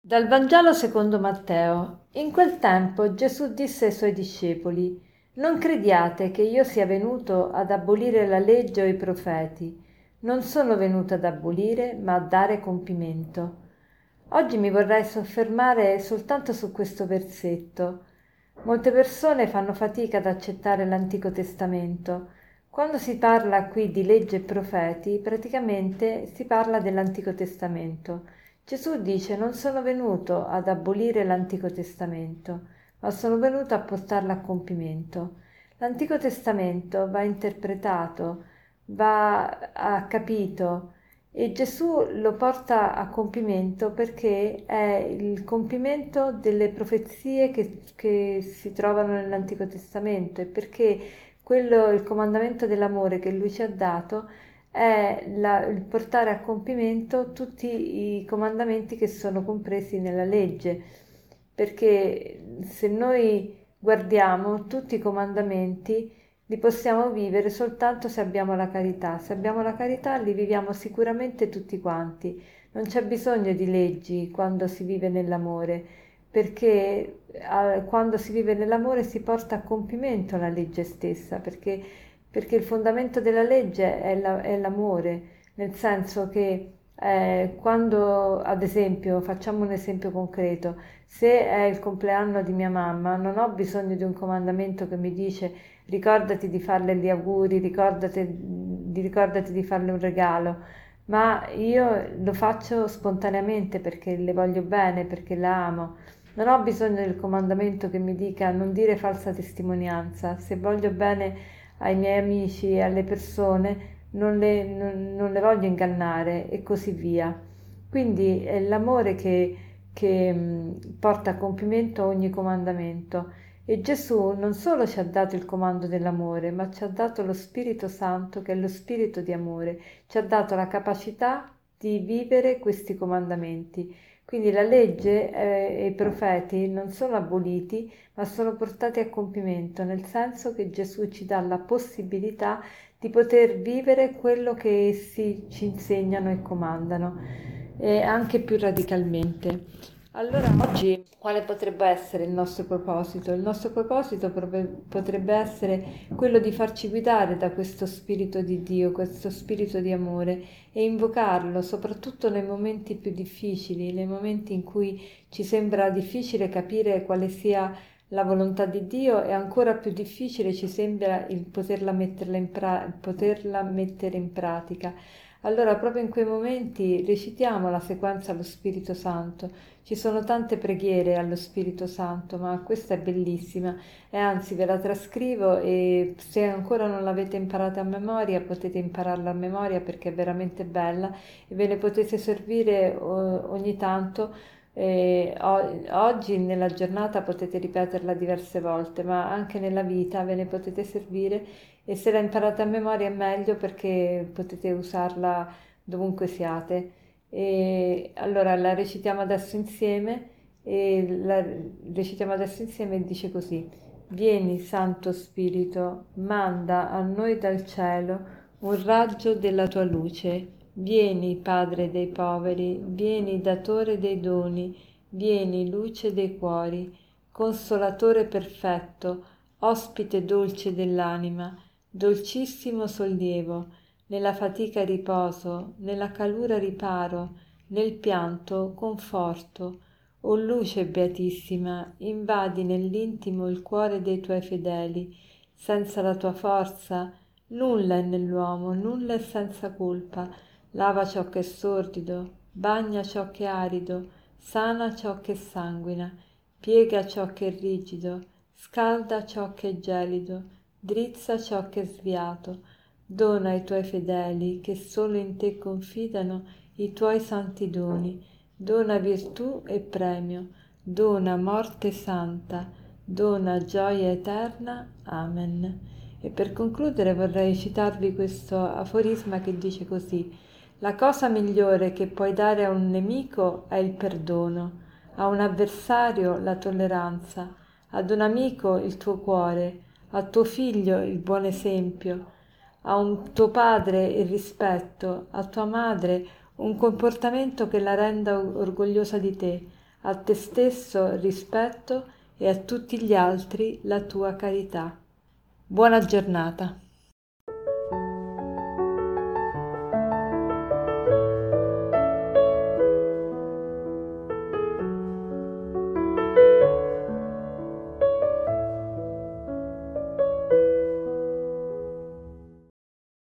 Dal Vangelo secondo Matteo. In quel tempo Gesù disse ai suoi discepoli: Non crediate che io sia venuto ad abolire la legge o i profeti. Non sono venuto ad abolire, ma a dare compimento. Oggi mi vorrei soffermare soltanto su questo versetto. Molte persone fanno fatica ad accettare l'Antico Testamento. Quando si parla qui di legge e profeti, praticamente si parla dell'Antico Testamento. Gesù dice: Non sono venuto ad abolire l'Antico Testamento, ma sono venuto a portarlo a compimento. L'Antico Testamento va interpretato, va capito, e Gesù lo porta a compimento perché è il compimento delle profezie che si trovano nell'Antico Testamento, e perché il comandamento dell'amore che lui ci ha dato è il portare a compimento tutti i comandamenti che sono compresi nella legge, perché se noi guardiamo tutti i comandamenti li possiamo vivere soltanto se abbiamo la carità. Se abbiamo la carità li viviamo sicuramente tutti quanti. Non c'è bisogno di leggi quando si vive nell'amore, perché quando si vive nell'amore si porta a compimento la legge stessa, perché il fondamento della legge è l'amore, nel senso che quando, ad esempio, facciamo un esempio concreto, se è il compleanno di mia mamma, non ho bisogno di un comandamento che mi dice ricordati di farle gli auguri, ricordati di farle un regalo, ma io lo faccio spontaneamente perché le voglio bene, perché la amo. Non ho bisogno del comandamento che mi dica non dire falsa testimonianza. Se voglio bene ai miei amici e alle persone, non le voglio ingannare e così via. Quindi è l'amore che porta a compimento ogni comandamento. E Gesù non solo ci ha dato il comando dell'amore, ma ci ha dato lo Spirito Santo, che è lo spirito di amore, ci ha dato la capacità di vivere questi comandamenti. Quindi la legge e i profeti non sono aboliti, ma sono portati a compimento, nel senso che Gesù ci dà la possibilità di poter vivere quello che essi ci insegnano e comandano, e anche più radicalmente. Allora, oggi quale potrebbe essere il nostro proposito? Il nostro proposito potrebbe essere quello di farci guidare da questo spirito di Dio, questo spirito di amore, e invocarlo soprattutto nei momenti più difficili, nei momenti in cui ci sembra difficile capire quale sia la volontà di Dio, e ancora più difficile ci sembra il poterla mettere in pratica. Allora, proprio in quei momenti recitiamo la sequenza allo Spirito Santo. Ci sono tante preghiere allo Spirito Santo, ma questa è bellissima, e anzi ve la trascrivo, e se ancora non l'avete imparata a memoria potete impararla a memoria perché è veramente bella e ve ne potete servire ogni tanto. Oggi nella giornata potete ripeterla diverse volte, ma anche nella vita ve ne potete servire, e se la imparate a memoria è meglio perché potete usarla dovunque siate. E allora la recitiamo adesso insieme, e dice così: Vieni, Santo Spirito, manda a noi dal cielo un raggio della tua luce. Vieni, Padre dei poveri, vieni, datore dei doni, vieni, luce dei cuori, consolatore perfetto, ospite dolce dell'anima, dolcissimo sollievo, nella fatica riposo, nella calura riparo, nel pianto conforto. O luce beatissima, invadi nell'intimo il cuore dei tuoi fedeli. Senza la tua forza nulla è nell'uomo, nulla è senza colpa. Lava ciò che è sordido, bagna ciò che è arido, sana ciò che sanguina, piega ciò che è rigido, scalda ciò che è gelido, drizza ciò che è sviato. Dona ai tuoi fedeli, che solo in te confidano, i tuoi santi doni. Dona virtù e premio, dona morte santa, dona gioia eterna. Amen. E per concludere vorrei citarvi questo aforisma che dice così: la cosa migliore che puoi dare a un nemico è il perdono, a un avversario la tolleranza, ad un amico il tuo cuore, a tuo figlio il buon esempio, a un tuo padre il rispetto, a tua madre un comportamento che la renda orgogliosa di te, a te stesso rispetto e a tutti gli altri la tua carità. Buona giornata.